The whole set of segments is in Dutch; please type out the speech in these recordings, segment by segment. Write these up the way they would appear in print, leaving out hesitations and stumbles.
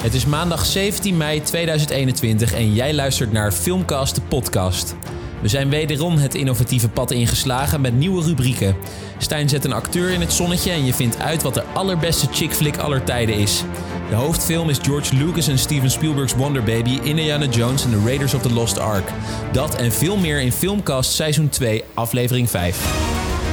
Het is maandag 17 mei 2021 en jij luistert naar Filmcast, de podcast. We zijn wederom het innovatieve pad ingeslagen met nieuwe rubrieken. Stijn zet een acteur in het zonnetje en je vindt uit wat de allerbeste chick flick aller tijden is. De hoofdfilm is George Lucas en Steven Spielberg's Wonder Baby, Indiana Jones en The Raiders of the Lost Ark. Dat en veel meer in Filmcast seizoen 2, aflevering 5.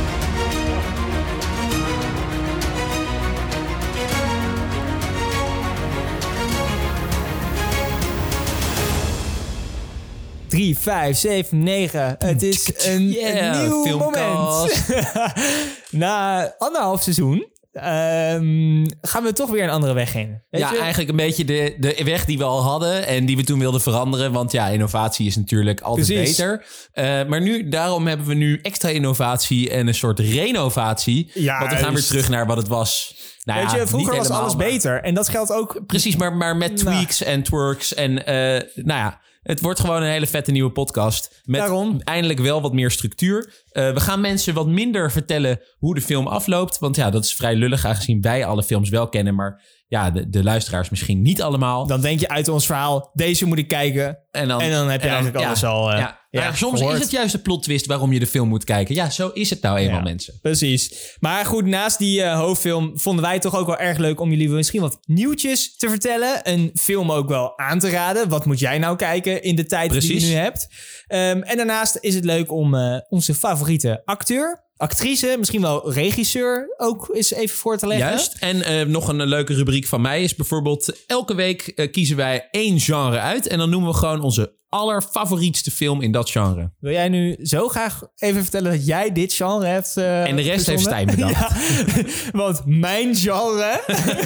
Drie, 5, 7, 9. Het is een nieuw Filmcast. moment. Na 1,5 seizoen gaan we toch weer een andere weg heen. Weet je? Eigenlijk een beetje de weg die we al hadden en die we toen wilden veranderen. Want ja, innovatie is natuurlijk altijd beter. Maar daarom hebben we nu extra innovatie en een soort renovatie. Ja, want we gaan weer terug naar wat het was. Nou weet je, vroeger was alles beter. En dat geldt ook... Precies, maar met tweaks en twerks en het wordt gewoon een hele vette nieuwe podcast. Met eindelijk wel wat meer structuur. We gaan mensen wat minder vertellen hoe de film afloopt. Want ja, dat is vrij lullig aangezien wij alle films wel kennen. Maar ja, de luisteraars misschien niet allemaal. Dan denk je uit ons verhaal, deze moet ik kijken. En dan heb je eigenlijk alles al soms gehoord. Is het juist de plot twist waarom je de film moet kijken. Ja, zo is het nou eenmaal, mensen. Precies. Maar goed, naast die hoofdfilm vonden wij het toch ook wel erg leuk om jullie misschien wat nieuwtjes te vertellen. Een film ook wel aan te raden. Wat moet jij nou kijken in de tijd die je nu hebt? En daarnaast is het leuk om onze favoriete actrice, misschien wel regisseur ook eens even voor te leggen. Juist. En nog een leuke rubriek van mij is bijvoorbeeld... elke week kiezen wij 1 genre uit... en dan noemen we gewoon onze allerfavorietste film in dat genre. Wil jij nu zo graag even vertellen dat jij dit genre hebt en de rest heeft Stijn bedacht. Ja, want mijn genre...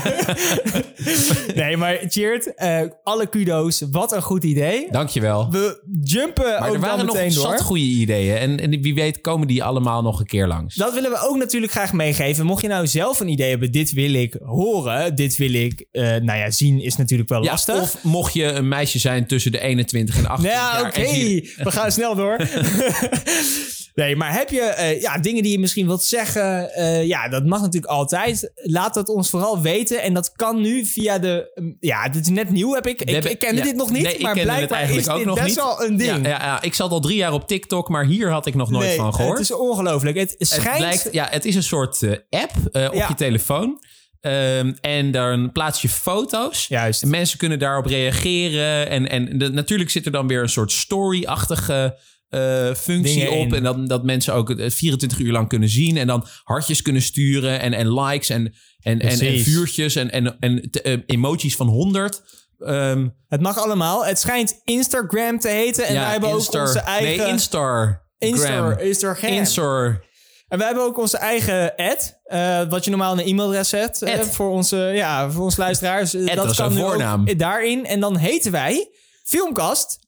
Nee, maar Tjeerd, alle kudo's. Wat een goed idee. Dankjewel. We jumpen maar ook dan meteen door. Maar er waren nog zat goede ideeën. En wie weet komen die allemaal nog een keer langs. Dat willen we ook natuurlijk graag meegeven. Mocht je nou zelf een idee hebben, dit wil ik horen. Dit wil ik, zien is natuurlijk wel lastig. Of mocht je een meisje zijn tussen de 21 en 28 jaar. Oké. We gaan snel door. Nee, maar heb je dingen die je misschien wilt zeggen? Dat mag natuurlijk altijd. Laat dat ons vooral weten. En dat kan nu via dit is net nieuw, ik kende dit nog niet. Nee, maar blijkbaar is dit best wel een ding. Ja, ik zat al 3 jaar op TikTok, maar hier had ik nog nooit van gehoord. Het is ongelooflijk. Het schijnt... Het is een soort app op je telefoon. En dan plaats je foto's. Juist. En mensen kunnen daarop reageren. En natuurlijk zit er dan weer een soort story-achtige... functie op en dat mensen ook 24 uur lang kunnen zien en dan hartjes kunnen sturen en likes en vuurtjes en emojis van 100. Het mag allemaal. Het schijnt Instagram te heten en wij hebben ook onze eigen... Nee, Instagram. En wij hebben ook onze eigen ad, wat je normaal in een e-mailadres zet voor onze luisteraars. Dat is een voornaam. Daarin en dan heten wij Filmcast...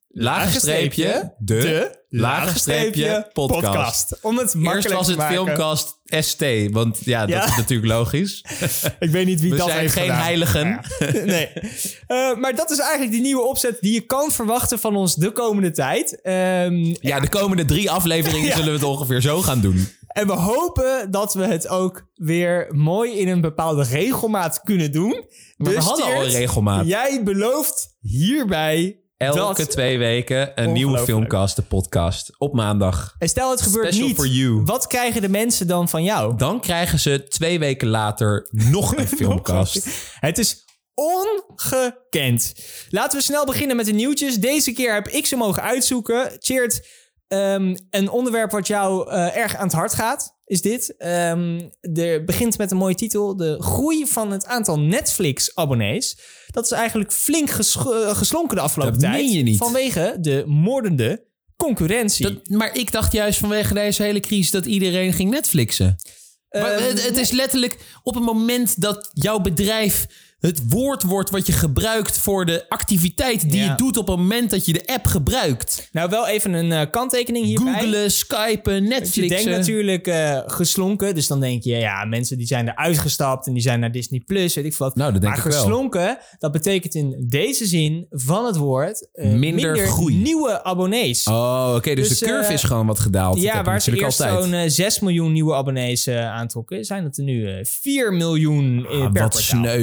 _de podcast. Om het makkelijk Eerst was het Filmcast ST, want dat is natuurlijk logisch. Ik weet niet wie dat heeft gedaan. We zijn geen heiligen. Ja. Nee. Maar dat is eigenlijk die nieuwe opzet die je kan verwachten van ons de komende tijd. De komende 3 afleveringen zullen we het ongeveer zo gaan doen. En we hopen dat we het ook weer mooi in een bepaalde regelmaat kunnen doen. Maar we hadden al een regelmaat. Jij belooft hierbij... Elke 2 weken een nieuwe Filmcast, de podcast. Op maandag. En stel het gebeurt Special niet. For you. Wat krijgen de mensen dan van jou? Dan krijgen ze 2 weken later nog een Filmcast. Het is ongekend. Laten we snel beginnen met de nieuwtjes. Deze keer heb ik ze mogen uitzoeken. Tjeerd, een onderwerp wat jou erg aan het hart gaat, is dit. Er begint met een mooie titel. De groei van het aantal Netflix-abonnees. Dat is eigenlijk flink geslonken de afgelopen tijd. Dat meen je niet. Vanwege de moordende concurrentie. Maar ik dacht juist vanwege deze hele crisis dat iedereen ging Netflixen. Het is letterlijk op het moment dat jouw bedrijf het woord wordt wat je gebruikt voor de activiteit die je doet op het moment dat je de app gebruikt. Nou, wel even een kanttekening hierbij. Googlen, Skypen, Netflixen. Je denkt natuurlijk geslonken. Dus dan denk je, mensen die zijn eruit gestapt en die zijn naar Disney Plus, weet ik wat. Nou, dat denk ik wel. Maar geslonken, dat betekent in deze zin van het woord minder groei. Nieuwe abonnees. Oh, oké. Dus de curve is gewoon wat gedaald. Ja, waar ze eerst zo'n 6 miljoen nieuwe abonnees aantrokken, zijn het er nu 4 miljoen per kwartaal. Wat sneu zeg.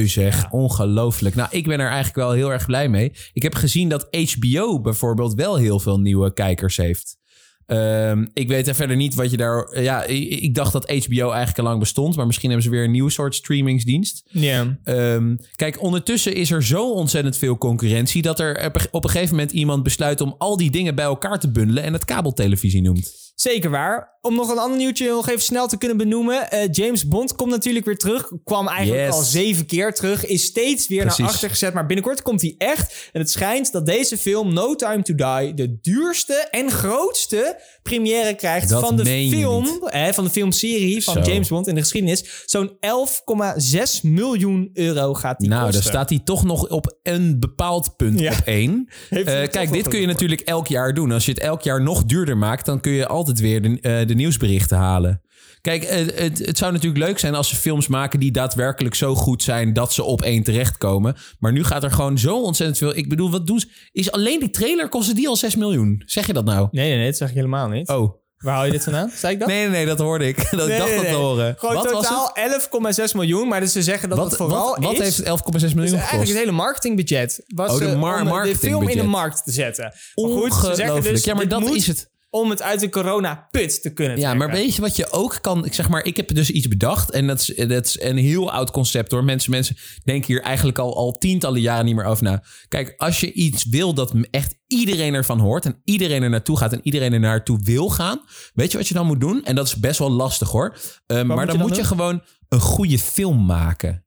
Ja. Ongelooflijk. Nou, ik ben er eigenlijk wel heel erg blij mee. Ik heb gezien dat HBO bijvoorbeeld wel heel veel nieuwe kijkers heeft. Ik weet verder niet wat je daar... Ja, ik dacht dat HBO eigenlijk al lang bestond. Maar misschien hebben ze weer een nieuw soort streamingsdienst. Ja. Kijk, ondertussen is er zo ontzettend veel concurrentie... dat er op een gegeven moment iemand besluit... om al die dingen bij elkaar te bundelen... en het kabeltelevisie noemt. Zeker waar. Om nog een ander nieuwtje nog even snel te kunnen benoemen. James Bond komt natuurlijk weer terug. Kwam eigenlijk al 7 keer terug. Is steeds weer naar achter gezet. Maar binnenkort komt hij echt. En het schijnt dat deze film No Time to Die... de duurste en grootste première krijgt van de film. Van de filmserie van James Bond in de geschiedenis. Zo'n 11,6 miljoen euro gaat die kosten. Dan staat hij toch nog op een bepaald punt op 1. Kijk, dit kun je natuurlijk elk jaar doen. Als je het elk jaar nog duurder maakt... dan kun je altijd weer de nieuwsberichten halen. Kijk, het zou natuurlijk leuk zijn als ze films maken... die daadwerkelijk zo goed zijn dat ze op 1 terechtkomen. Maar nu gaat er gewoon zo ontzettend veel... Ik bedoel, wat doen ze? Is alleen die trailer, kostte die al 6 miljoen? Zeg je dat nou? Nee, dat zeg ik helemaal niet. Oh. Waar haal je dit vandaan? Zei ik dat? Nee, dat hoorde ik. Ik dacht dat te horen. Gewoon wat totaal 11,6 miljoen. Maar dus ze zeggen dat het vooral wat heeft 11,6 miljoen gekost? Eigenlijk het hele marketingbudget was om de film in de markt te zetten. Ongelooflijk. Dus, ja, maar dat is het. Om het uit de corona-put te kunnen trekken. Ja, maar weet je wat je ook kan... Ik heb dus iets bedacht. En dat is een heel oud concept hoor. Mensen denken hier eigenlijk al tientallen jaren niet meer over na. Kijk, als je iets wil dat echt iedereen ervan hoort... en iedereen er naartoe gaat en iedereen er naartoe wil gaan... weet je wat je dan moet doen? En dat is best wel lastig hoor. Maar dan moet je gewoon een goede film maken.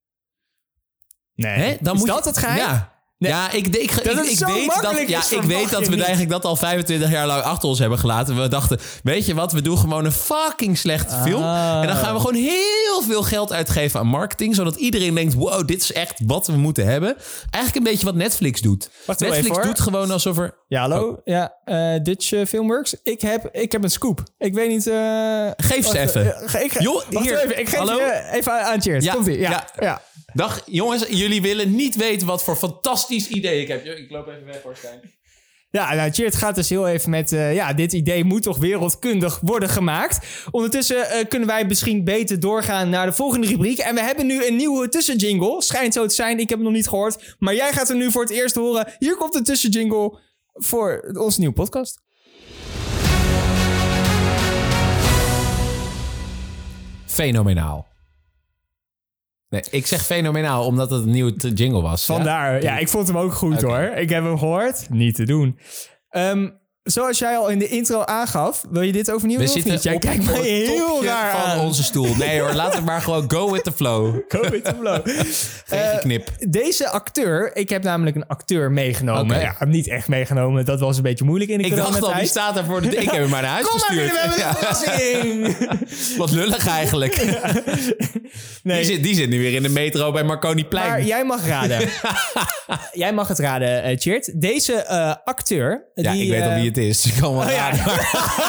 Nee, dan is moet dat het geheim? Ja. Nee. Ja, ik weet dat we eigenlijk dat al 25 jaar lang achter ons hebben gelaten. We dachten, weet je wat, we doen gewoon een fucking slechte film. En dan gaan we gewoon heel veel geld uitgeven aan marketing. Zodat iedereen denkt, wow, dit is echt wat we moeten hebben. Eigenlijk een beetje wat Netflix doet. Netflix doet gewoon alsof er... Ja, hallo? Oh. Ja, Dutch Filmworks. Ik heb een scoop. Ik weet niet... Geef ze even. Ik geef je even aan Cheers. Ja, komt-ie. Ja. Dag jongens, jullie willen niet weten wat voor fantastisch idee ik heb. Ik loop even weg hoor, Stijn. Ja, nou, Cheert gaat dus heel even met... dit idee moet toch wereldkundig worden gemaakt. Ondertussen kunnen wij misschien beter doorgaan naar de volgende rubriek. En we hebben nu een nieuwe tussenjingle. Schijnt zo te zijn, ik heb hem nog niet gehoord. Maar jij gaat hem nu voor het eerst horen. Hier komt de tussenjingle voor onze nieuwe podcast. Fenomenaal. Nee, ik zeg fenomenaal omdat het een nieuwe jingle was. Vandaar. Ja, ik vond hem ook goed hoor. Ik heb hem gehoord. Niet te doen. Zoals jij al in de intro aangaf, wil je dit overnieuw doen of niet? Jij kijkt mij heel raar aan. Van onze stoel. Nee hoor, laten we maar gewoon go with the flow. Go with the flow. Geen knip. Deze acteur, ik heb namelijk een acteur meegenomen. Okay. Ja, niet echt meegenomen. Dat was een beetje moeilijk in de coronatijd. Ik dacht al, die staat er voor de... Ik heb hem maar naar huis gestuurd. Kom maar binnen, we hebben een verrassing. Wat lullig eigenlijk. Nee. Die zit nu weer in de metro bij Marconiplein. Maar jij mag raden. Jij mag het raden, Cheert. Deze acteur... Ja, ik weet al wie het is. Ik kan wel raden. Ja.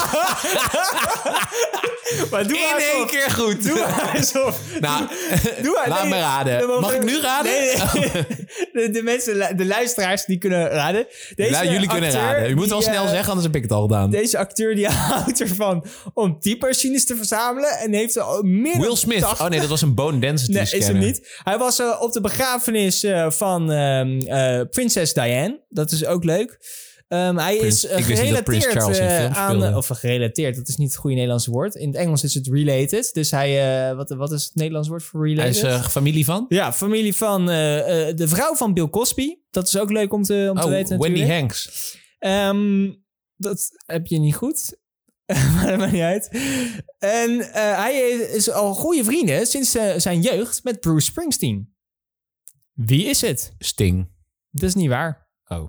Maar doe in één keer goed. Doe maar alsof. Nou, laat me raden. Mag ik nu raden? Nee. De mensen, de luisteraars, die kunnen raden. Jullie kunnen raden. Je moet wel snel zeggen, anders heb ik het al gedaan. Deze acteur die houdt ervan om typemachines te verzamelen. En heeft er meer Will Smith. 80... Oh nee, dat was een bone density scanner. Nee, is hem niet. Hij was op de begrafenis van prinses Diane. Dat is ook leuk. Hij is gerelateerd aan... Of gerelateerd, dat is niet het goede Nederlandse woord. In het Engels is het related. Dus hij... Wat is het Nederlandse woord voor related? Hij is familie van? Ja, familie van de vrouw van Bill Cosby. Dat is ook leuk om te weten natuurlijk. Wendy Hanks. Dat heb je niet goed. Maar dat maakt niet uit. En hij is al goede vrienden sinds zijn jeugd met Bruce Springsteen. Wie is het? Sting. Dat is niet waar. Oh.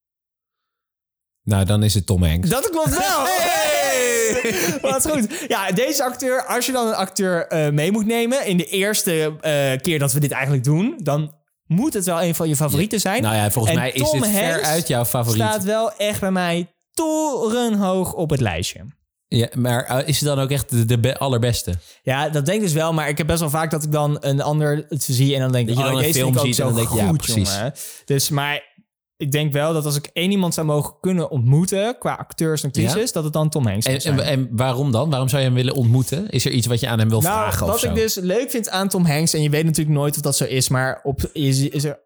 Nou, dan is het Tom Hanks. Dat klopt wel. Hey! Wat goed. Ja, deze acteur, als je dan een acteur mee moet nemen... in de eerste keer dat we dit eigenlijk doen... dan moet het wel een van je favorieten zijn. Nou ja, volgens mij is dit ver uit jouw favoriet. Staat wel echt bij mij torenhoog op het lijstje. Ja, maar is het dan ook echt de allerbeste? Ja, dat denk ik dus wel. Maar ik heb best wel vaak dat ik dan een ander het zie... en dan denk ik, dat je dan een film ziet en dan denk je, ja, precies. Jongen. Dus, maar... ik denk wel dat als ik één iemand zou mogen kunnen ontmoeten... qua acteurs en actrices, dat het dan Tom Hanks zou zijn. En waarom dan? Waarom zou je hem willen ontmoeten? Is er iets wat je aan hem wil vragen of zo? Wat ik dus leuk vind aan Tom Hanks... en je weet natuurlijk nooit of dat zo is... maar is er...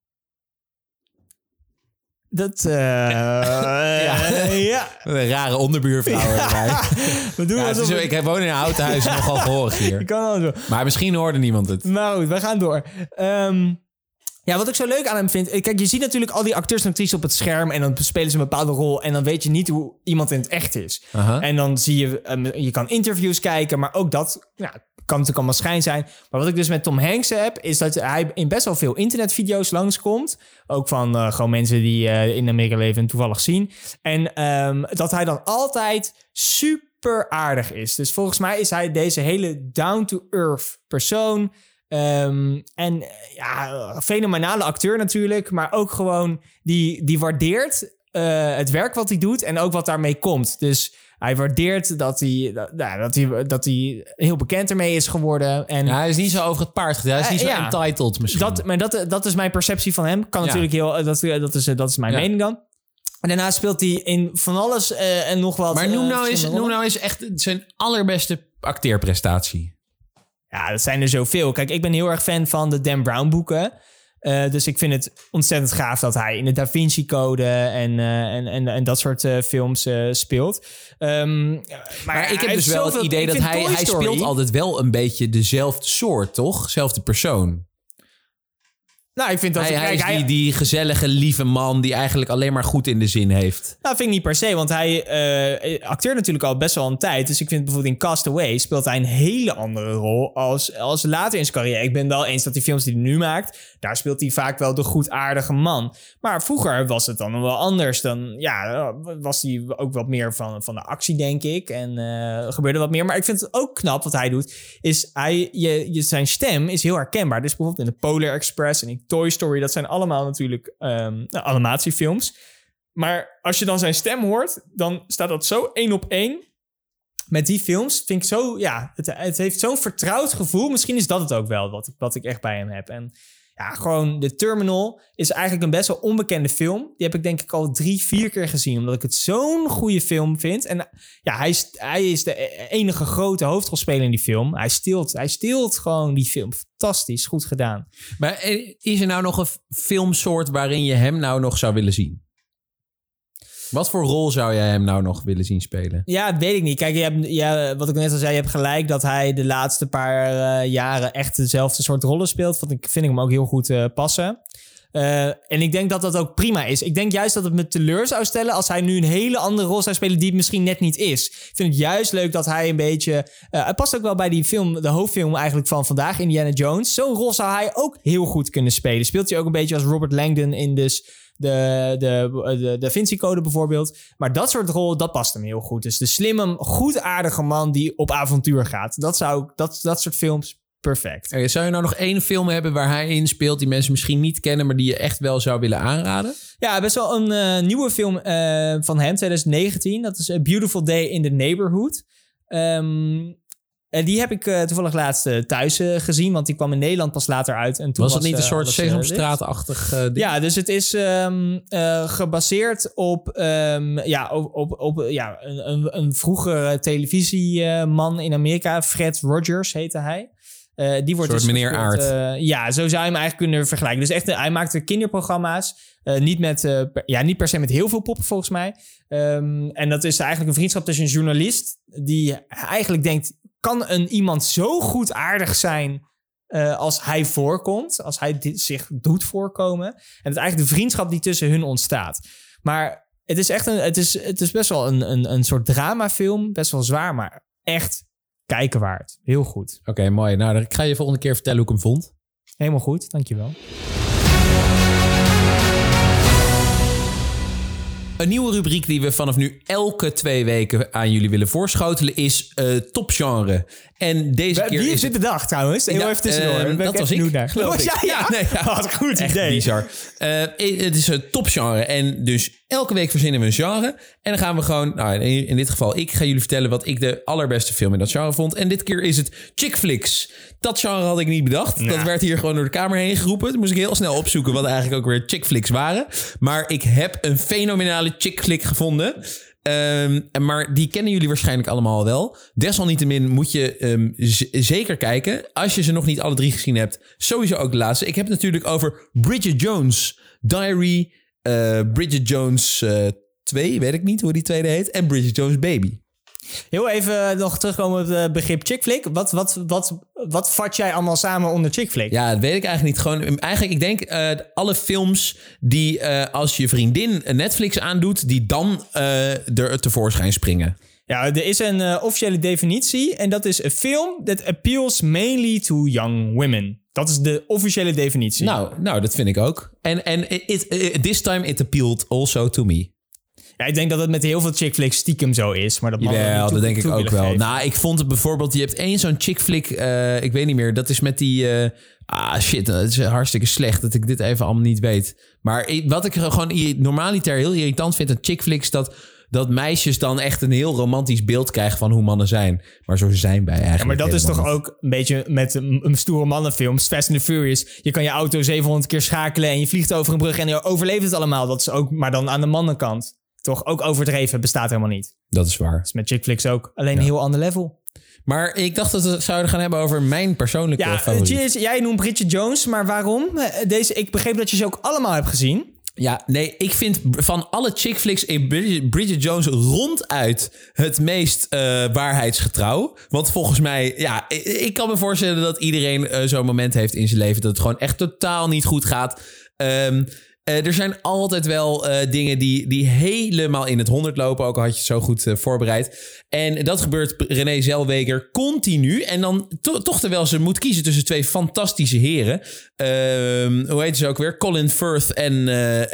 Dat, ja. Een rare onderbuurvrouw. Ja. We doen ik woon in een houten huis, nogal gehoorig hier. Kan wel zo. Maar misschien hoorde niemand het. Maar goed, we gaan door. Ja, wat ik zo leuk aan hem vind... Kijk, je ziet natuurlijk al die acteurs en actrices op het scherm... en dan spelen ze een bepaalde rol... en dan weet je niet hoe iemand in het echt is. Uh-huh. En dan zie je... je kan interviews kijken, maar ook dat... kan natuurlijk allemaal schijn zijn. Maar wat ik dus met Tom Hanks heb... is dat hij in best wel veel internetvideo's langskomt. Ook van gewoon mensen die in Amerika leven en toevallig zien. En dat hij dan altijd super aardig is. Dus volgens mij is hij deze hele down-to-earth persoon... en ja, fenomenale acteur natuurlijk, maar ook gewoon die waardeert het werk wat hij doet en ook wat daarmee komt. Dus hij waardeert dat hij heel bekend ermee is geworden. En hij is niet zo over het paard gedaan. Hij is niet zo entitled misschien. Dat is mijn perceptie van hem. Kan natuurlijk heel... Dat is mijn mening dan. En daarna speelt hij in van alles en nog wat. Maar noem nou eens echt zijn allerbeste acteerprestatie. Ja, dat zijn er zoveel. Kijk, ik ben heel erg fan van de Dan Brown boeken. Dus ik vind het ontzettend gaaf dat hij in de Da Vinci Code en dat soort films speelt. Maar ik heb dus wel het idee dat hij speelt altijd wel een beetje dezelfde soort, toch? Zelfde persoon. Nou, ik vind dat hij is die gezellige, lieve man die eigenlijk alleen maar goed in de zin heeft. Nou, vind ik niet per se, want hij acteert natuurlijk al best wel een tijd. Dus ik vind bijvoorbeeld in Castaway speelt hij een hele andere rol als later in zijn carrière. Ik ben wel eens dat die films die hij nu maakt, daar speelt hij vaak wel de goedaardige man. Maar vroeger was het dan wel anders. Dan was hij ook wat meer van de actie, denk ik. En gebeurde wat meer. Maar ik vind het ook knap wat hij doet. Is zijn stem is heel herkenbaar. Dus bijvoorbeeld in de Polar Express en in Toy Story, dat zijn allemaal natuurlijk animatiefilms. Maar als je dan zijn stem hoort, dan staat dat zo 1 op 1 met die films. Vind ik zo, het heeft zo'n vertrouwd gevoel. Misschien is dat het ook wel wat ik echt bij hem heb. En ja, gewoon The Terminal is eigenlijk een best wel onbekende film. Die heb ik denk ik al 3-4 keer gezien, omdat ik het zo'n goede film vind. En ja, hij is de enige grote hoofdrolspeler in die film. Hij steelt gewoon die film. Fantastisch, goed gedaan. Maar is er nou nog een filmsoort waarin je hem nou nog zou willen zien? Wat voor rol zou jij hem nou nog willen zien spelen? Ja, weet ik niet. Kijk, wat ik net al zei, je hebt gelijk dat hij de laatste paar jaren echt dezelfde soort rollen speelt. Vind ik hem ook heel goed passen. En ik denk dat dat ook prima is. Ik denk juist dat het me teleur zou stellen als hij nu een hele andere rol zou spelen die het misschien net niet is. Ik vind het juist leuk dat hij een beetje... hij past ook wel bij die film, de hoofdfilm eigenlijk van vandaag, Indiana Jones. Zo'n rol zou hij ook heel goed kunnen spelen. Speelt hij ook een beetje als Robert Langdon in de Da Vinci Code bijvoorbeeld. Maar dat soort rol, dat past hem heel goed. Dus de slimme, goedaardige man die op avontuur gaat. Dat soort films, perfect. Zou je nou nog 1 film hebben waar hij in speelt die mensen misschien niet kennen, maar die je echt wel zou willen aanraden? Ja, best wel een nieuwe film van hem, 2019. Dat is A Beautiful Day in the Neighborhood. Die heb ik toevallig laatst thuis gezien, want die kwam in Nederland pas later uit. En toen was het niet een soort Sesamstraat-achtig ding? Ja, dus het is gebaseerd op een vroegere televisieman in Amerika. Fred Rogers heette hij. Die wordt een soort meneer Aard. Ja, zo zou je hem eigenlijk kunnen vergelijken. Dus echt, hij maakte kinderprogramma's. Niet per se met heel veel poppen volgens mij. En dat is eigenlijk een vriendschap tussen een journalist die eigenlijk denkt, kan iemand zo goedaardig zijn als hij voorkomt, als hij zich doet voorkomen. En het is eigenlijk de vriendschap die tussen hun ontstaat. Maar het is echt het is best wel een soort dramafilm, best wel zwaar, maar echt kijken waard. Heel goed. Oké, mooi. Nou, ik ga je volgende keer vertellen hoe ik hem vond. Helemaal goed, dankjewel. Een nieuwe rubriek die we vanaf nu elke 2 weken aan jullie willen voorschotelen is topgenre. En deze keer wie is dit de dag trouwens? Heel even tussendoor. Dat was ik, geloof ik. Ja. Wat een goed echt idee. Bizar. Het is een topgenre en dus Elke week verzinnen we een genre. En dan gaan we gewoon, nou, in dit geval ik ga jullie vertellen wat ik de allerbeste film in dat genre vond. En dit keer is het chick flicks. Dat genre had ik niet bedacht. Ja. Dat werd hier gewoon door de kamer heen geroepen. Toen moest ik heel snel opzoeken wat eigenlijk ook weer chick flicks waren. Maar ik heb een fenomenale chick flick gevonden. Maar die kennen jullie waarschijnlijk allemaal wel. Desalniettemin moet je zeker kijken. Als je ze nog niet alle 3 gezien hebt, sowieso ook de laatste. Ik heb het natuurlijk over Bridget Jones' Diary, Bridget Jones 2, weet ik niet hoe die tweede heet, en Bridget Jones' Baby. Heel even nog terugkomen op het begrip chick flick. Wat vat jij allemaal samen onder chick flick? Ja, dat weet ik eigenlijk niet. Gewoon, eigenlijk, ik denk alle films die als je vriendin Netflix aandoet, die dan er tevoorschijn springen. Ja, er is een officiële definitie en dat is a film that appeals mainly to young women. Dat is de officiële definitie. Nou, dat vind ik ook. En this time it appealed also to me. Ja, ik denk dat het met heel veel chick flicks stiekem zo is. Maar dat denk ik ook wel. Geven. Nou, ik vond het bijvoorbeeld... Je hebt één zo'n chick flick... ik weet niet meer. Dat is met die... shit, dat is hartstikke slecht dat ik dit even allemaal niet weet. Maar wat ik gewoon normaliter heel irritant vind aan chick flicks... dat meisjes dan echt een heel romantisch beeld krijgen van hoe mannen zijn. Maar zo zijn wij eigenlijk. Ja, maar dat is toch ook een beetje met een stoere mannenfilms. Fast and the Furious. Je kan je auto 700 keer schakelen en je vliegt over een brug en je overleeft het allemaal. Dat is ook, maar dan aan de mannenkant. Toch ook overdreven, bestaat helemaal niet. Dat is waar. Dat is met chick flicks ook. Alleen een heel ander level. Maar ik dacht dat we het zouden gaan hebben over mijn persoonlijke favoriet. Jij noemt Bridget Jones, maar waarom? Ik begreep dat je ze ook allemaal hebt gezien. Ja, nee, ik vind van alle chick flicks in Bridget Jones ronduit het meest waarheidsgetrouw. Want volgens mij, ja, ik kan me voorstellen dat iedereen zo'n moment heeft in zijn leven dat het gewoon echt totaal niet goed gaat. Er zijn altijd wel dingen die helemaal in het 100 lopen. Ook al had je het zo goed voorbereid. En dat gebeurt Renée Zellweger continu. En dan toch terwijl ze moet kiezen tussen 2 fantastische heren. Hoe heet ze ook weer? Colin Firth en...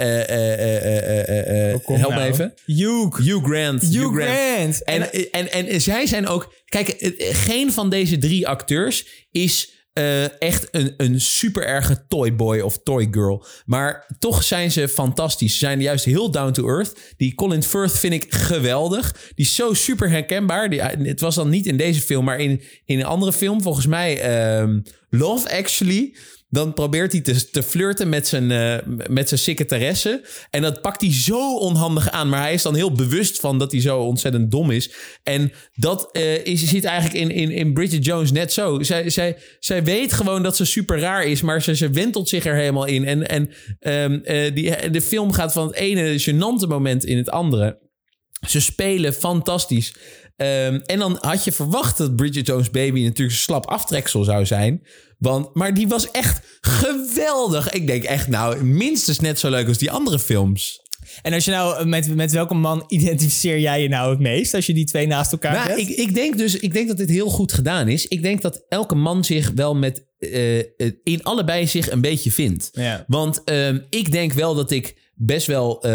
help me even. Hugh Grant. En zij zijn ook... Kijk, geen van deze 3 acteurs is... echt een super erge toyboy of toygirl. Maar toch zijn ze fantastisch. Ze zijn juist heel down to earth. Die Colin Firth vind ik geweldig. Die is zo super herkenbaar. Het was dan niet in deze film, maar in een andere film. Volgens mij Love Actually. Dan probeert hij te flirten met zijn secretaresse. En dat pakt hij zo onhandig aan. Maar hij is dan heel bewust van dat hij zo ontzettend dom is. En dat zit eigenlijk in Bridget Jones net zo. Zij weet gewoon dat ze super raar is. Maar ze wentelt zich er helemaal in. En de film gaat van het ene gênante moment in het andere. Ze spelen fantastisch. En dan had je verwacht dat Bridget Jones' Baby natuurlijk een slap aftreksel zou zijn. Maar die was echt geweldig. Ik denk echt minstens net zo leuk als die andere films. En als je nou met welke man identificeer jij je nou het meest als je die 2 naast elkaar hebt? Ik denk dat dit heel goed gedaan is. Ik denk dat elke man zich wel in allebei zich een beetje vindt. Ja. Want ik denk wel dat ik best wel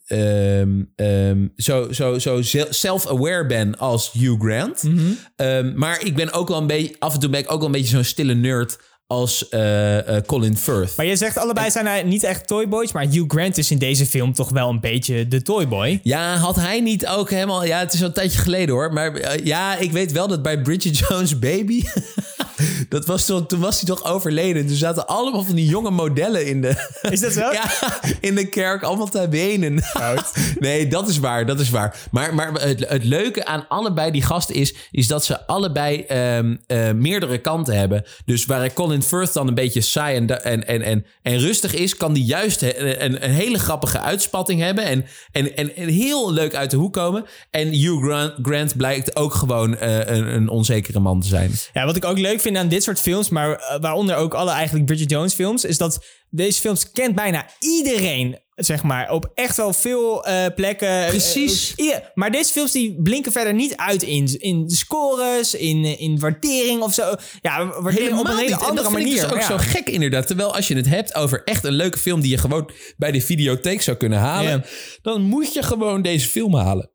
zo self-aware ben als Hugh Grant. Mm-hmm. Maar ik ben ook wel een beetje... Af en toe ben ik ook wel een beetje zo'n stille nerd als Colin Firth. Maar je zegt allebei zijn niet echt toyboys, maar Hugh Grant is in deze film toch wel een beetje de toyboy. Ja, had hij niet ook helemaal... Ja, het is al een tijdje geleden hoor. Maar ik weet wel dat bij Bridget Jones' Baby... toen was hij toch overleden. Toen zaten allemaal van die jonge modellen in de... Is dat zo? Ja, in de kerk, allemaal te benen. Nee, dat is waar. Maar het leuke aan allebei die gasten is dat ze allebei meerdere kanten hebben. Dus waar Colin Firth dan een beetje saai en rustig is, kan die juist een hele grappige uitspatting hebben en heel leuk uit de hoek komen. En Hugh Grant blijkt ook gewoon een onzekere man te zijn. Ja, wat ik ook leuk vind aan dit soort films, maar waaronder ook alle eigenlijk Bridget Jones films, is dat deze films kent bijna iedereen, zeg maar, op echt wel veel plekken. Precies. Maar deze films die blinken verder niet uit in de scores, in waardering of zo. Ja, waardering op een hele andere manier. Dat is ook zo gek inderdaad. Terwijl als je het hebt over echt een leuke film die je gewoon bij de videotheek zou kunnen halen, dan moet je gewoon deze film halen.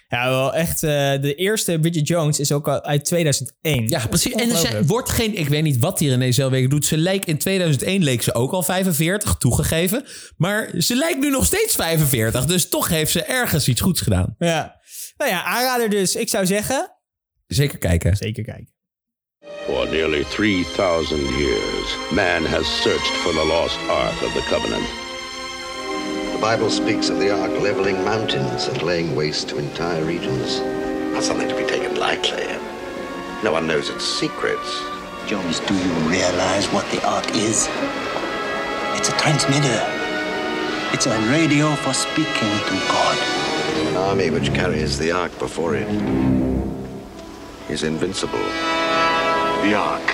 Ja, wel echt. De eerste Bridget Jones is ook al uit 2001. Ja, precies. En zij wordt geen... Ik weet niet wat die Renée Zellweger doet. Ze lijkt in 2001 leek ze ook al 45, toegegeven. Maar ze lijkt nu nog steeds 45. Dus toch heeft ze ergens iets goeds gedaan. Ja. Nou ja, aanrader dus. Ik zou zeggen... Zeker kijken. Zeker kijken. For nearly 3,000 years, man has searched for the lost Ark of the Covenant. The Bible speaks of the Ark leveling mountains and laying waste to entire regions. Not something to be taken lightly. No one knows its secrets. Jones, do you realize what the Ark is? It's a transmitter. It's a radio for speaking to God. An army which carries the Ark before it is invincible. The Ark.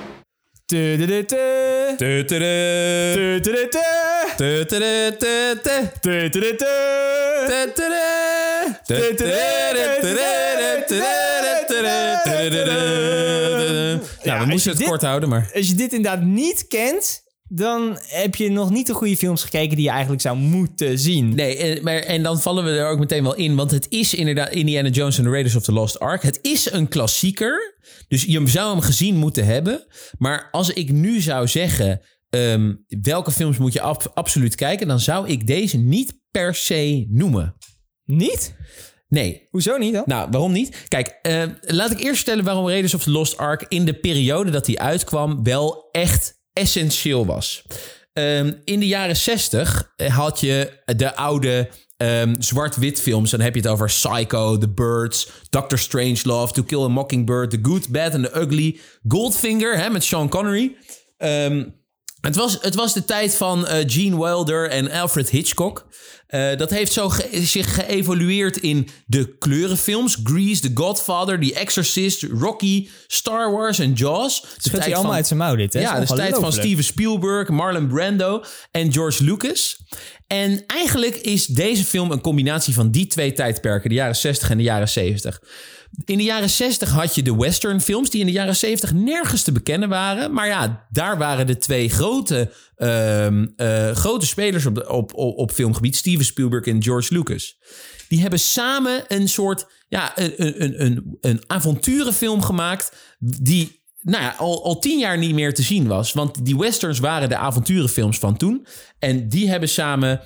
Ja, we moesten het kort houden, maar... Als je dit inderdaad niet kent... dan heb je nog niet de goede films gekeken die je eigenlijk zou moeten zien. Nee, en dan vallen we er ook meteen wel in. Want het is inderdaad Indiana Jones and the Raiders of the Lost Ark. Het is een klassieker. Dus je zou hem gezien moeten hebben. Maar als ik nu zou zeggen... welke films moet je absoluut kijken... dan zou ik deze niet per se noemen. Niet? Nee. Hoezo niet dan? Nou, waarom niet? Kijk, laat ik eerst vertellen waarom Raiders of the Lost Ark... in de periode dat hij uitkwam wel echt essentieel was. In de jaren 60 had je de oude zwart-wit films. Dan heb je het over Psycho, The Birds, Dr. Strangelove, To Kill a Mockingbird, The Good, Bad and the Ugly, Goldfinger met Sean Connery. Het was de tijd van Gene Wilder en Alfred Hitchcock. Dat heeft zo zich geëvolueerd in de kleurenfilms. Grease, The Godfather, The Exorcist, Rocky, Star Wars en Jaws. Schudt hij allemaal uit zijn mouw dit, hè? Ja, de tijd van Steven Spielberg, Marlon Brando en George Lucas. En eigenlijk is deze film een combinatie van die twee tijdperken. De jaren 60 en de jaren 70. In de jaren 60 had je de westernfilms... die in de jaren 70 nergens te bekennen waren. Maar ja, daar waren de twee grote spelers op filmgebied... Steven Spielberg en George Lucas. Die hebben samen een soort... ja, een avonturenfilm gemaakt... die al 10 jaar niet meer te zien was. Want die westerns waren de avonturenfilms van toen. En die hebben samen...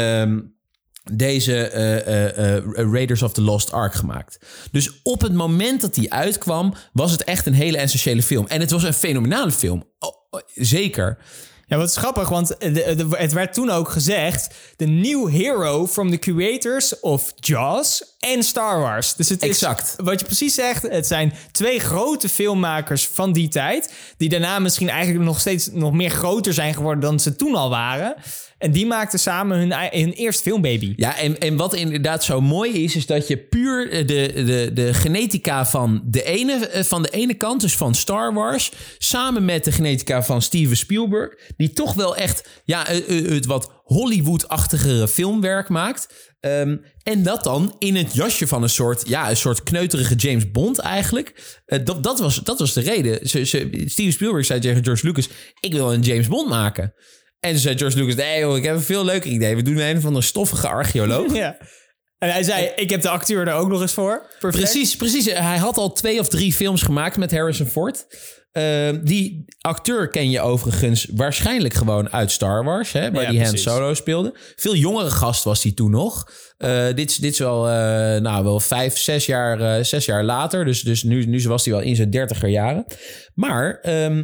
deze Raiders of the Lost Ark gemaakt. Dus op het moment dat die uitkwam... was het echt een hele essentiële film. En het was een fenomenale film. Zeker. Ja, wat is grappig, want het werd toen ook gezegd... the new hero from the creators of Jaws en Star Wars. Dus het is, exact. Wat je precies zegt, het zijn twee grote filmmakers van die tijd... die daarna misschien eigenlijk nog steeds nog meer groter zijn geworden... dan ze toen al waren... En die maakten samen hun eerste filmbaby. Ja, en wat inderdaad zo mooi is dat je puur de genetica van de ene kant, dus van Star Wars, samen met de genetica van Steven Spielberg, die toch wel echt het wat Hollywood-achtigere filmwerk maakt. En dat dan in het jasje van een soort kneuterige James Bond eigenlijk. Dat was de reden. Steven Spielberg zei tegen George Lucas, ik wil een James Bond maken. En toen zei George Lucas, nee joh, ik heb een veel leuker idee. We doen een van de stoffige archeoloog. Ja. En hij zei, ik heb de acteur er ook nog eens voor. Perfect. Precies. Hij had al 2 of 3 films gemaakt met Harrison Ford. Die acteur ken je overigens waarschijnlijk gewoon uit Star Wars. Hè, waar die Han Solo speelde. Veel jongere gast was hij toen nog. Dit is wel 6 jaar later. Dus nu was hij wel in zijn 30er jaren. Maar...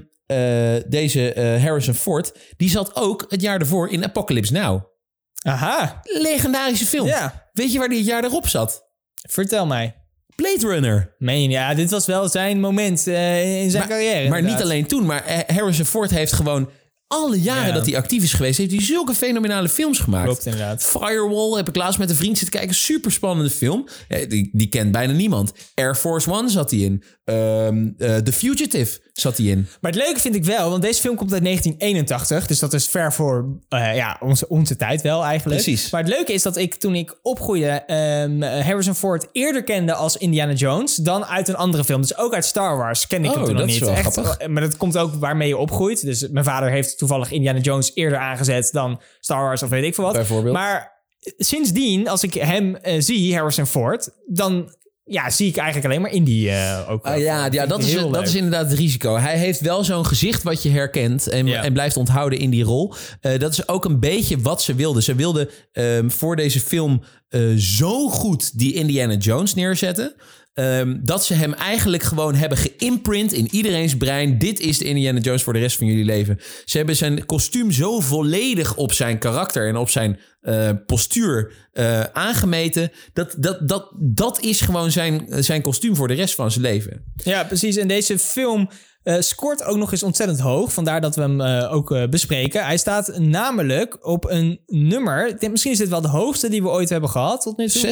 deze Harrison Ford, die zat ook het jaar ervoor in Apocalypse Now. Aha. Legendarische film. Ja. Weet je waar die het jaar erop zat? Vertel mij. Blade Runner. Ja, dit was wel zijn moment in zijn carrière. Maar niet alleen toen, maar Harrison Ford heeft gewoon... alle jaren dat hij actief is geweest, heeft hij zulke fenomenale films gemaakt. Klopt inderdaad. Firewall heb ik laatst met een vriend zitten kijken. Super spannende film. Die kent bijna niemand. Air Force One zat hij in. The Fugitive zat hij in. Maar het leuke vind ik wel, want deze film komt uit 1981. Dus dat is ver voor onze tijd wel eigenlijk. Precies. Maar het leuke is dat ik toen ik opgroeide... Harrison Ford eerder kende als Indiana Jones... dan uit een andere film. Dus ook uit Star Wars kende ik hem toen nog niet. Echt, maar dat komt ook waarmee je opgroeit. Dus mijn vader heeft toevallig Indiana Jones eerder aangezet... dan Star Wars of weet ik veel wat. Bijvoorbeeld. Maar sindsdien, als ik hem zie, Harrison Ford, dan zie ik eigenlijk alleen maar Indy ook. Dat is inderdaad het risico. Hij heeft wel zo'n gezicht wat je herkent en blijft onthouden in die rol. Dat is ook een beetje wat ze wilden. Ze wilden voor deze film zo goed die Indiana Jones neerzetten, dat ze hem eigenlijk gewoon hebben geïmprint in iedereen's brein. Dit is de Indiana Jones voor de rest van jullie leven. Ze hebben zijn kostuum zo volledig op zijn karakter en op zijn postuur aangemeten. Dat is gewoon zijn kostuum voor de rest van zijn leven. Ja, precies. En deze film scoort ook nog eens ontzettend hoog. Vandaar dat we hem ook bespreken. Hij staat namelijk op een nummer. Ik denk, misschien is dit wel de hoogste die we ooit hebben gehad tot nu toe.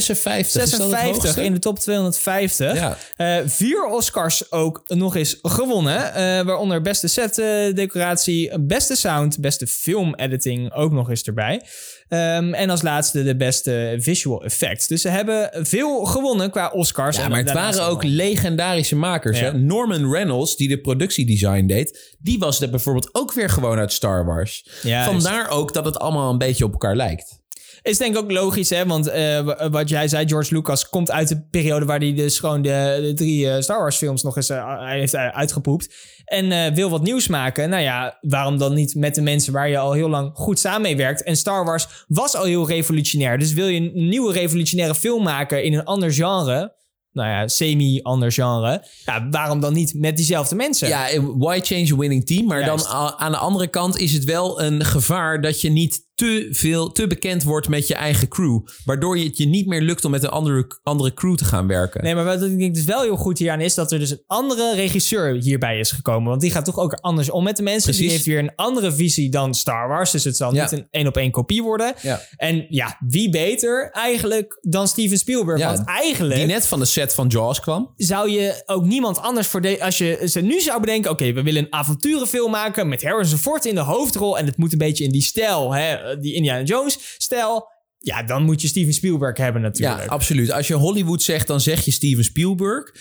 56 in de top 250. Ja. 4 Oscars ook nog eens gewonnen. Waaronder beste setdecoratie, beste sound, beste film editing ook nog eens erbij. En als laatste de beste visual effects. Dus ze hebben veel gewonnen qua Oscars. Ja, maar het waren ook legendarische makers. Ja. Hè? Norman Reynolds, die de productiedesign deed, die was er bijvoorbeeld ook weer gewoon uit Star Wars. Ja, Vandaar ook dat het allemaal een beetje op elkaar lijkt. Is denk ik ook logisch, hè? Want wat jij zei, George Lucas komt uit de periode waar hij dus gewoon de 3 Star Wars films nog eens heeft uitgepoept. En wil wat nieuws maken. Nou ja, waarom dan niet met de mensen waar je al heel lang goed samen mee werkt? En Star Wars was al heel revolutionair. Dus wil je een nieuwe revolutionaire film maken in een ander genre, nou ja, semi-ander genre. Ja, waarom dan niet met diezelfde mensen? Ja, why change a winning team? Maar Juist. dan aan de andere kant is het wel een gevaar dat je niet te bekend wordt met je eigen crew. Waardoor het je niet meer lukt om met een andere crew te gaan werken. Nee, maar wat ik denk dus wel heel goed hieraan is dat er dus een andere regisseur hierbij is gekomen. Want die gaat toch ook anders om met de mensen. Precies. Die heeft weer een andere visie dan Star Wars. Dus het zal niet een 1-op-1 kopie worden. Ja. En wie beter eigenlijk dan Steven Spielberg? Ja, Want eigenlijk die net van de set van Jaws kwam. zou je ook niemand anders voor als je ze nu zou bedenken, oké, we willen een avonturenfilm maken met Harrison Ford in de hoofdrol en het moet een beetje in die stijl, die Indiana Jones stijl. Ja, dan moet je Steven Spielberg hebben natuurlijk. Ja, absoluut. Als je Hollywood zegt, dan zeg je Steven Spielberg.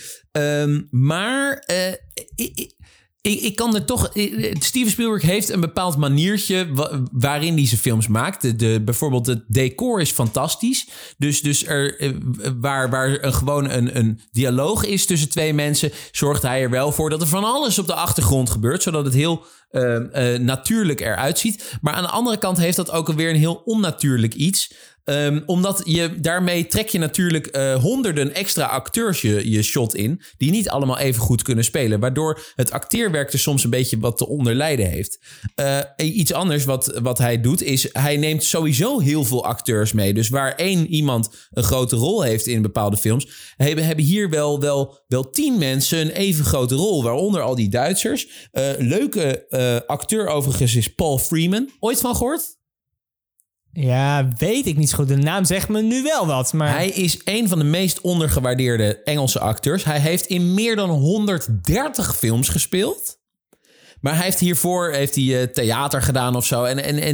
Ik kan er toch... Steven Spielberg heeft een bepaald maniertje waarin hij zijn films maakt. Bijvoorbeeld het decor is fantastisch. Dus waar gewoon een dialoog is tussen 2 mensen, zorgt hij er wel voor dat er van alles op de achtergrond gebeurt, zodat het heel natuurlijk eruit ziet. Maar aan de andere kant heeft dat ook alweer een heel onnatuurlijk iets. Omdat daarmee trek je natuurlijk honderden extra acteurs je shot in, die niet allemaal even goed kunnen spelen. Waardoor het acteerwerk er soms een beetje wat te onderlijden heeft. Iets anders wat hij doet is, hij neemt sowieso heel veel acteurs mee. Dus waar iemand een grote rol heeft in bepaalde films, hebben hier wel 10 mensen een even grote rol. Waaronder al die Duitsers. Leuke acteur overigens is Paul Freeman. Ooit van gehoord? Ja, weet ik niet zo goed. De naam zegt me nu wel wat, maar Hij is een van de meest ondergewaardeerde Engelse acteurs. Hij heeft in meer dan 130 films gespeeld. Maar hij heeft hiervoor theater gedaan of zo.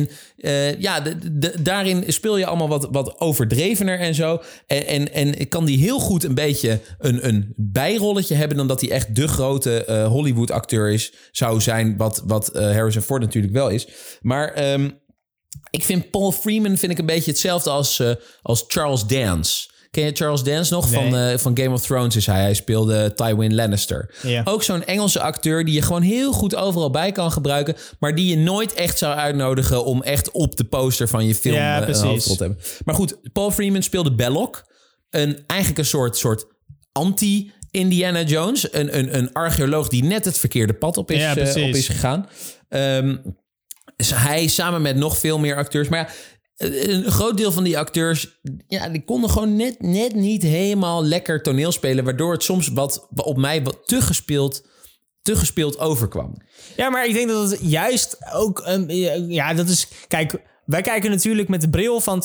Daarin speel je allemaal wat overdrevener en zo. En kan die heel goed een beetje een bijrolletje hebben dan dat hij echt de grote Hollywood acteur zou zijn. Wat Harrison Ford natuurlijk wel is. Maar ik vind Paul Freeman een beetje hetzelfde als Charles Dance. Ken je Charles Dance nog? Nee. Van Game of Thrones is hij. Hij speelde Tywin Lannister. Ja. Ook zo'n Engelse acteur die je gewoon heel goed overal bij kan gebruiken, maar die je nooit echt zou uitnodigen om echt op de poster van je film een hoofdrol te hebben. Maar goed, Paul Freeman speelde Belloq. Eigenlijk een soort anti-Indiana Jones. Een archeoloog die net het verkeerde pad op is gegaan. Dus hij samen met nog veel meer acteurs. Maar een groot deel van die acteurs, die konden gewoon net niet helemaal lekker toneel spelen, waardoor het soms op mij wat te gespeeld overkwam. ja, maar ik denk dat het juist ook dat is, kijk, wij kijken natuurlijk met de bril van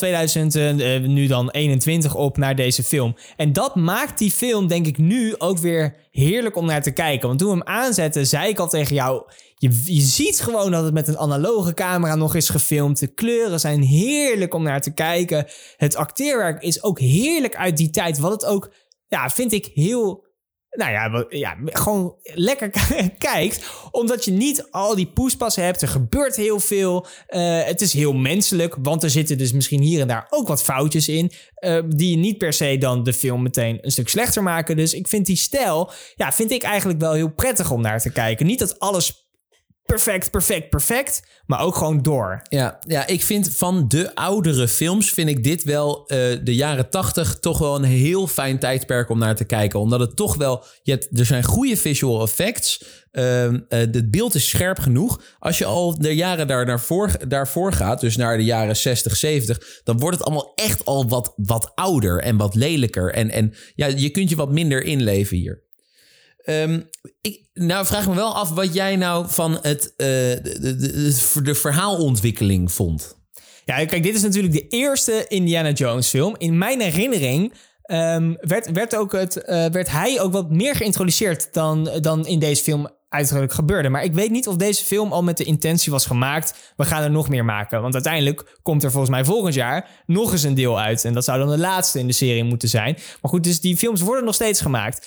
2021 op naar deze film. En dat maakt die film, denk ik, nu ook weer heerlijk om naar te kijken. Want toen we hem aanzetten, zei ik al tegen jou, je ziet gewoon dat het met een analoge camera nog is gefilmd. De kleuren zijn heerlijk om naar te kijken. Het acteerwerk is ook heerlijk uit die tijd. Wat het ook, vind ik, heel gewoon lekker kijkt. Omdat je niet al die poespassen hebt. Er gebeurt heel veel. Het is heel menselijk. Want er zitten dus misschien hier en daar ook wat foutjes in. Die niet per se dan de film meteen een stuk slechter maken. Dus ik vind die stijl, vind ik eigenlijk wel heel prettig om naar te kijken. Niet dat alles perfect, maar ook gewoon door. Ja, ik vind van de oudere films vind ik dit wel de jaren 80 toch wel een heel fijn tijdperk om naar te kijken. Omdat het toch wel, er zijn goede visual effects. Het beeld is scherp genoeg. Als je al de jaren daarvoor gaat, dus naar de jaren 60, 70, dan wordt het allemaal echt al wat ouder en wat lelijker. En je kunt je wat minder inleven hier. Nou vraag me wel af wat jij nou van de verhaalontwikkeling vond. Ja, kijk, dit is natuurlijk de eerste Indiana Jones film. In mijn herinnering werd hij ook wat meer geïntroduceerd dan in deze film uiteindelijk gebeurde. Maar ik weet niet of deze film al met de intentie was gemaakt, we gaan er nog meer maken. Want uiteindelijk komt er volgens mij volgend jaar nog eens een deel uit. En dat zou dan de laatste in de serie moeten zijn. Maar goed, dus die films worden nog steeds gemaakt.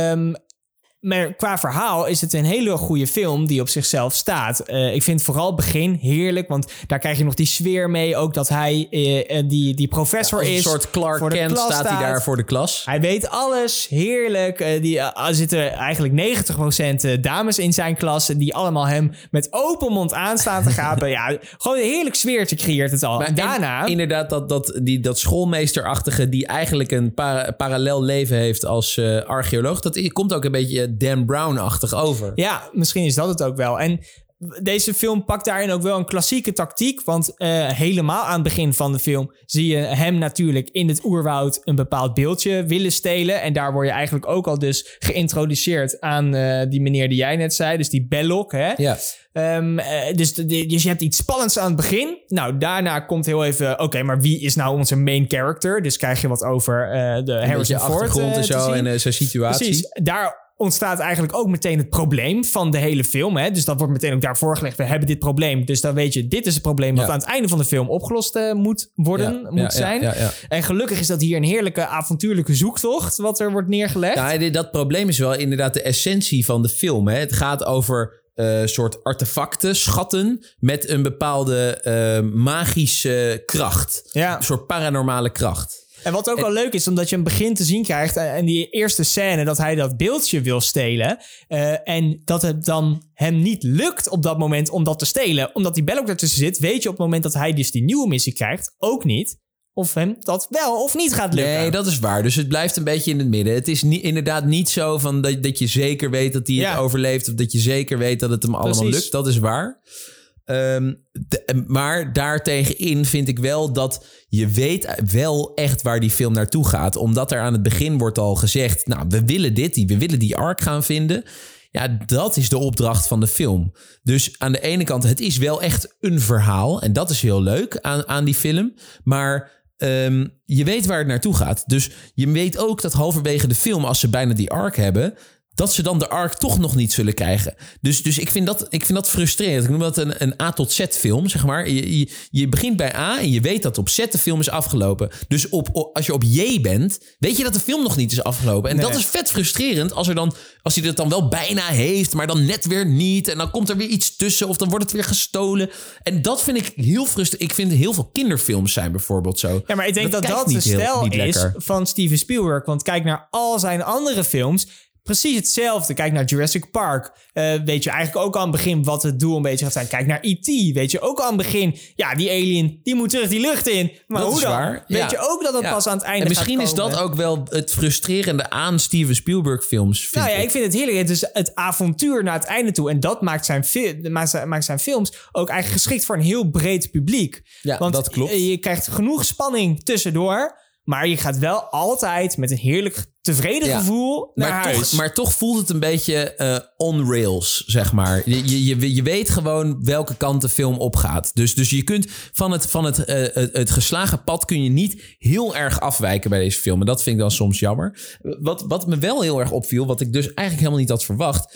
Maar qua verhaal is het een hele goede film die op zichzelf staat. Ik vind vooral het begin heerlijk, want daar krijg je nog die sfeer mee. Ook dat hij die professor is. Een soort Clark Kent staat hij daar voor de klas. Hij weet alles, heerlijk. Er zitten eigenlijk 90% dames in zijn klas die allemaal hem met open mond aanstaan te gapen. Ja, gewoon een heerlijk sfeertje creëert het al. Maar en daarna... Inderdaad, dat schoolmeesterachtige die eigenlijk een parallel leven heeft als archeoloog, dat komt ook een beetje Dan Brown-achtig over. Ja, misschien is dat het ook wel. En deze film pakt daarin ook wel een klassieke tactiek. Want helemaal aan het begin van de film zie je hem natuurlijk in het oerwoud een bepaald beeldje willen stelen. En daar word je eigenlijk ook al dus geïntroduceerd aan die meneer die jij net zei. Dus die Belloc, hè? Ja. Dus je hebt iets spannends aan het begin. Nou, daarna komt heel even... Oké, maar wie is nou onze main character? Dus krijg je wat over de Harrison Ford achtergrond en zo en zijn situatie. Precies, daar ontstaat eigenlijk ook meteen het probleem van de hele film. Hè? Dus dat wordt meteen ook daar voorgelegd. We hebben dit probleem. Dus dan weet je, dit is het probleem wat aan het einde van de film opgelost moet zijn. Ja. En gelukkig is dat hier een heerlijke avontuurlijke zoektocht wat er wordt neergelegd. Ja, dat probleem is wel inderdaad de essentie van de film. Hè? Het gaat over soort artefacten, schatten met een bepaalde magische kracht. Ja. Een soort paranormale kracht. En wat ook wel leuk is, omdat je hem begin te zien krijgt en die eerste scène dat hij dat beeldje wil stelen en dat het dan hem niet lukt op dat moment om dat te stelen, omdat die Belloc ertussen zit, weet je op het moment dat hij dus die nieuwe missie krijgt ook niet of hem dat wel of niet gaat lukken. Nee, dat is waar. Dus het blijft een beetje in het midden. Het is inderdaad niet zo van dat je zeker weet dat hij het overleeft of dat je zeker weet dat het hem allemaal lukt. Dat is waar. Maar daartegenin vind ik wel dat je weet wel echt waar die film naartoe gaat. Omdat er aan het begin wordt al gezegd, nou, we willen die ark gaan vinden. Ja, dat is de opdracht van de film. Dus aan de ene kant, het is wel echt een verhaal. En dat is heel leuk aan die film. Maar je weet waar het naartoe gaat. Dus je weet ook dat halverwege de film, als ze bijna die ark hebben, dat ze dan de ark toch nog niet zullen krijgen. Dus ik vind dat frustrerend. Ik noem dat een A tot Z film, zeg maar. Je begint bij A en je weet dat op Z de film is afgelopen. Dus als je op J bent, weet je dat de film nog niet is afgelopen. En dat is vet frustrerend als hij het dan wel bijna heeft, maar dan net weer niet. En dan komt er weer iets tussen of dan wordt het weer gestolen. En dat vind ik heel frustrerend. Ik vind heel veel kinderfilms zijn bijvoorbeeld zo. Ja, maar ik denk dat de stijl is van Steven Spielberg. Want kijk naar al zijn andere films. Precies hetzelfde. Kijk naar Jurassic Park. Weet je eigenlijk ook al aan het begin wat het doel een beetje gaat zijn. Kijk naar E.T. Weet je ook al aan het begin. Ja, die alien, die moet terug die lucht in. Maar dat hoe dan? Waar. Weet je ook dat het pas aan het einde gaat komen. En misschien is dat ook wel het frustrerende aan Steven Spielberg films. Ik vind het heerlijk. Het is het avontuur naar het einde toe. En dat maakt zijn films ook eigenlijk geschikt voor een heel breed publiek. Ja, want dat klopt. Je krijgt genoeg spanning tussendoor. Maar je gaat wel altijd met een heerlijk tevreden gevoel naar huis. Maar toch voelt het een beetje on rails, zeg maar. Je weet gewoon welke kant de film opgaat. Dus je kunt van het geslagen pad kun je niet heel erg afwijken bij deze film. En dat vind ik dan soms jammer. Wat me wel heel erg opviel, wat ik dus eigenlijk helemaal niet had verwacht.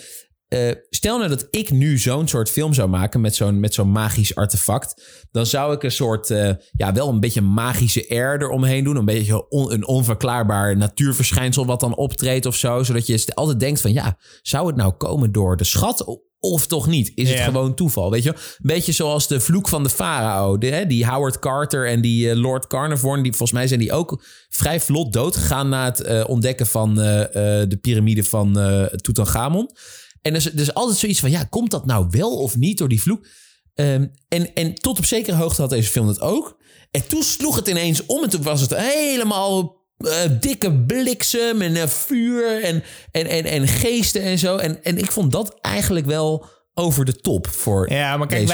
stel nou dat ik nu zo'n soort film zou maken met zo'n magisch artefact. Dan zou ik een soort, wel een beetje magische air eromheen doen. Een beetje een onverklaarbaar natuurverschijnsel wat dan optreedt of zo. Zodat je altijd denkt van zou het nou komen door de schat of toch niet? Is het gewoon toeval? Weet je? Een beetje zoals de vloek van de farao. Die Howard Carter en die Lord Carnarvon. Die, volgens mij zijn die ook vrij vlot doodgegaan na het ontdekken van de piramide van Tutankhamon. En er is altijd zoiets van, komt dat nou wel of niet door die vloek? En tot op zekere hoogte had deze film het ook. En toen sloeg het ineens om en toen was het helemaal dikke bliksem en vuur en geesten en zo. En ik vond dat eigenlijk wel over de top voor maar kijk,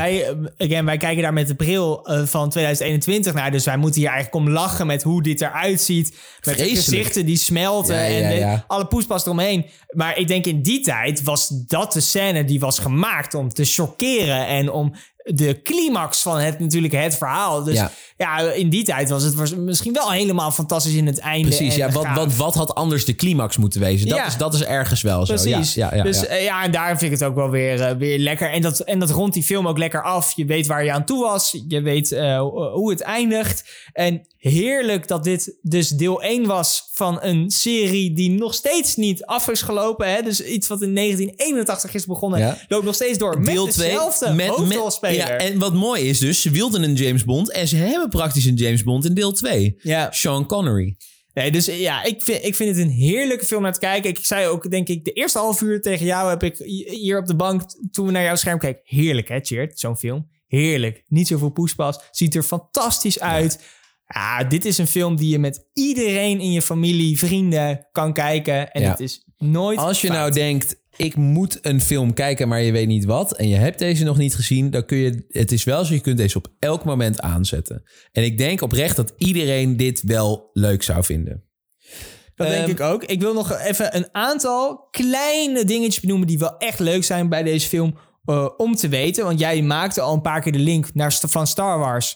wij kijken daar met de bril van 2021 naar. Dus wij moeten hier eigenlijk om lachen met hoe dit eruit ziet. Met de gezichten die smelten en alle poespas eromheen. Maar ik denk in die tijd was dat de scène die was gemaakt om te chockeren en om de climax van het verhaal. Dus in die tijd was misschien wel helemaal fantastisch in het einde. Precies, wat had anders de climax moeten wezen? Dat is ergens wel zo. Precies. En daarom vind ik het ook wel weer lekker. En dat rondt die film ook lekker af. Je weet waar je aan toe was. Je weet hoe het eindigt. En heerlijk dat dit dus deel 1 was van een serie die nog steeds niet af is gelopen. Hè? Dus iets wat in 1981 is begonnen, loopt nog steeds door deel met dezelfde hoofdrolspeler. Ja, en wat mooi is dus, ze wilden een James Bond en ze hebben praktisch een James Bond in deel 2. Ja. Sean Connery. Nee, dus ik vind het een heerlijke film naar te kijken. Ik zei ook, denk ik, de eerste half uur tegen jou heb ik hier op de bank, toen we naar jouw scherm keken. Heerlijk, hè, Tjeerd? Zo'n film. Heerlijk. Niet zoveel poespas. Ziet er fantastisch uit. Ja, dit is een film die je met iedereen in je familie, vrienden kan kijken. En het is nooit Als je nou denkt, ik moet een film kijken, maar je weet niet wat, en je hebt deze nog niet gezien, dan kun je, het is wel zo, je kunt deze op elk moment aanzetten. En ik denk oprecht dat iedereen dit wel leuk zou vinden. Dat denk ik ook. Ik wil nog even een aantal kleine dingetjes benoemen die wel echt leuk zijn bij deze film om te weten. Want jij maakte al een paar keer de link van Star Wars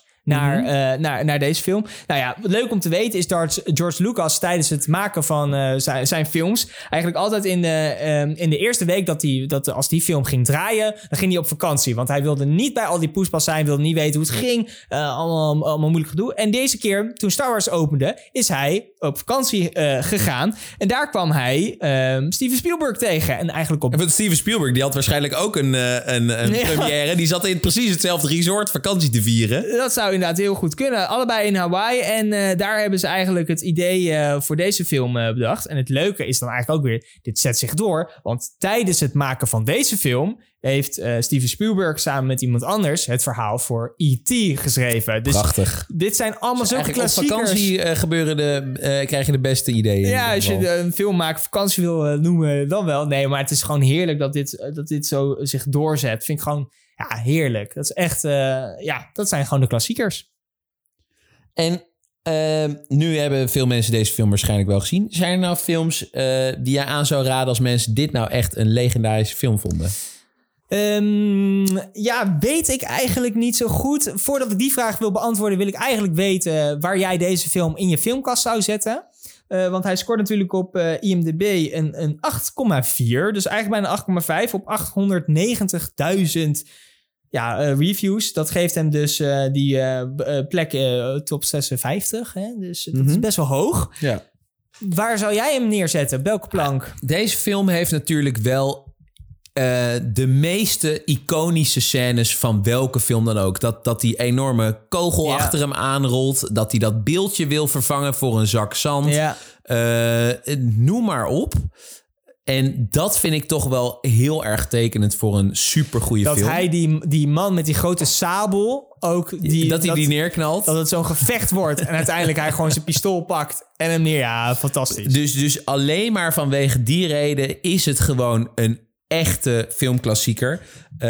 naar deze film. Nou ja, leuk om te weten is dat George Lucas tijdens het maken van zijn films eigenlijk altijd in de eerste week dat als die film ging draaien, dan ging hij op vakantie. Want hij wilde niet bij al die poespas zijn, wilde niet weten hoe het ging. Allemaal moeilijk gedoe. En deze keer, toen Star Wars opende, is hij op vakantie gegaan. En daar kwam hij Steven Spielberg tegen. En eigenlijk Steven Spielberg, die had waarschijnlijk ook een première. Die zat in precies hetzelfde resort vakantie te vieren. Dat zou inderdaad heel goed kunnen. Allebei in Hawaii. En daar hebben ze eigenlijk het idee voor deze film bedacht. En het leuke is dan eigenlijk ook weer, dit zet zich door. Want tijdens het maken van deze film heeft Steven Spielberg samen met iemand anders het verhaal voor E.T. geschreven. Dus prachtig. Dit zijn allemaal dus zulke klassiekers. Op vakantie krijg je de beste ideeën. Ja, als je een film maken vakantie wil noemen, dan wel. Nee, maar het is gewoon heerlijk dat dit zo zich doorzet. Vind ik gewoon heerlijk. Dat is echt, dat zijn gewoon de klassiekers. En nu hebben veel mensen deze film waarschijnlijk wel gezien. Zijn er nou films die jij aan zou raden als mensen dit nou echt een legendarische film vonden? Weet ik eigenlijk niet zo goed. Voordat ik die vraag wil beantwoorden, wil ik eigenlijk weten waar jij deze film in je filmkast zou zetten. Want hij scoort natuurlijk op IMDb een 8,4. Dus eigenlijk bijna 8,5 op 890.000 reviews. Dat geeft hem dus die plek top 56. Hè? Dus dat is best wel hoog. Ja. Waar zou jij hem neerzetten? Op welke plank? Deze film heeft natuurlijk wel de meeste iconische scènes van welke film dan ook. Dat die enorme kogel achter hem aanrolt. Dat hij dat beeldje wil vervangen voor een zak zand. Ja. Noem maar op. En dat vind ik toch wel heel erg tekenend voor een supergoeie film. Dat hij die man met die grote sabel ook die neerknalt. Dat het zo'n gevecht wordt en uiteindelijk hij gewoon zijn pistool pakt en hem neer. Ja, fantastisch. Dus alleen maar vanwege die reden is het gewoon een echte filmklassieker.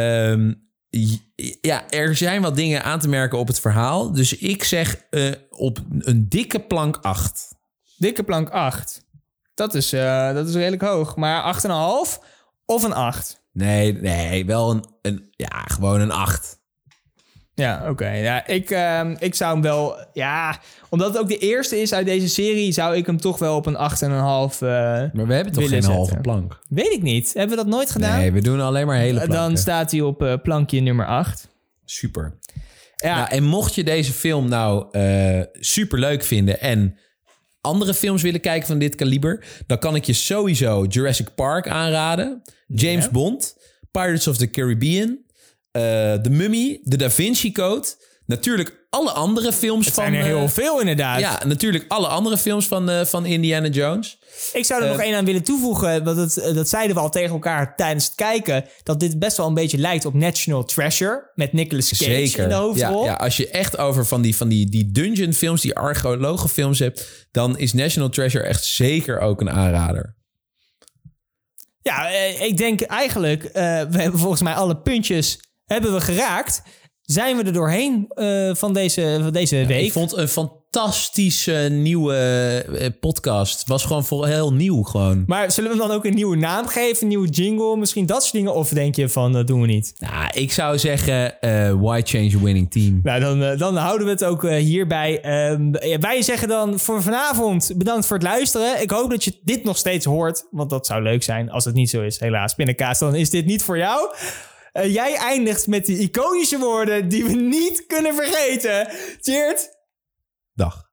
Er zijn wat dingen aan te merken op het verhaal. Dus ik zeg op een dikke plank 8. Dikke plank 8. Dat is redelijk hoog. Maar 8,5 of een 8? Nee, wel gewoon een 8. Ja, oké. Ja, ik zou hem wel... Ja, omdat het ook de eerste is uit deze serie... zou ik hem toch wel op een 8,5 Maar we hebben toch geen halve plank? Weet ik niet. Hebben we dat nooit gedaan? Nee, we doen alleen maar hele planken. Dan staat hij op plankje nummer 8. Super. Ja. Nou, en mocht je deze film nou super leuk vinden... en andere films willen kijken van dit kaliber... dan kan ik je sowieso Jurassic Park aanraden. James Bond. Pirates of the Caribbean. The Mummy. The Da Vinci Code. Natuurlijk alle andere films Het zijn er heel veel inderdaad. Ja, natuurlijk alle andere films van Indiana Jones. Ik zou er nog één aan willen toevoegen. Want dat zeiden we al tegen elkaar tijdens het kijken. Dat dit best wel een beetje lijkt op National Treasure. Met Nicolas Cage in de hoofdrol. Ja, als je echt over van die dungeon films, die archeologen films hebt... dan is National Treasure echt zeker ook een aanrader. Ja, ik denk eigenlijk... we hebben volgens mij alle puntjes hebben we geraakt. Zijn we er doorheen van deze week? Ik vond een fantastische nieuwe podcast. Was gewoon heel nieuw gewoon. Maar zullen we hem dan ook een nieuwe naam geven? Een nieuwe jingle? Misschien dat soort dingen? Of denk je van, dat doen we niet? Nou, ik zou zeggen, why change a winning team? Nou, dan houden we het ook hierbij. Wij zeggen dan voor vanavond bedankt voor het luisteren. Ik hoop dat je dit nog steeds hoort. Want dat zou leuk zijn. Als het niet zo is, helaas, pindakaas, dan is dit niet voor jou. Jij eindigt met die iconische woorden die we niet kunnen vergeten. Tjeerd. Dag.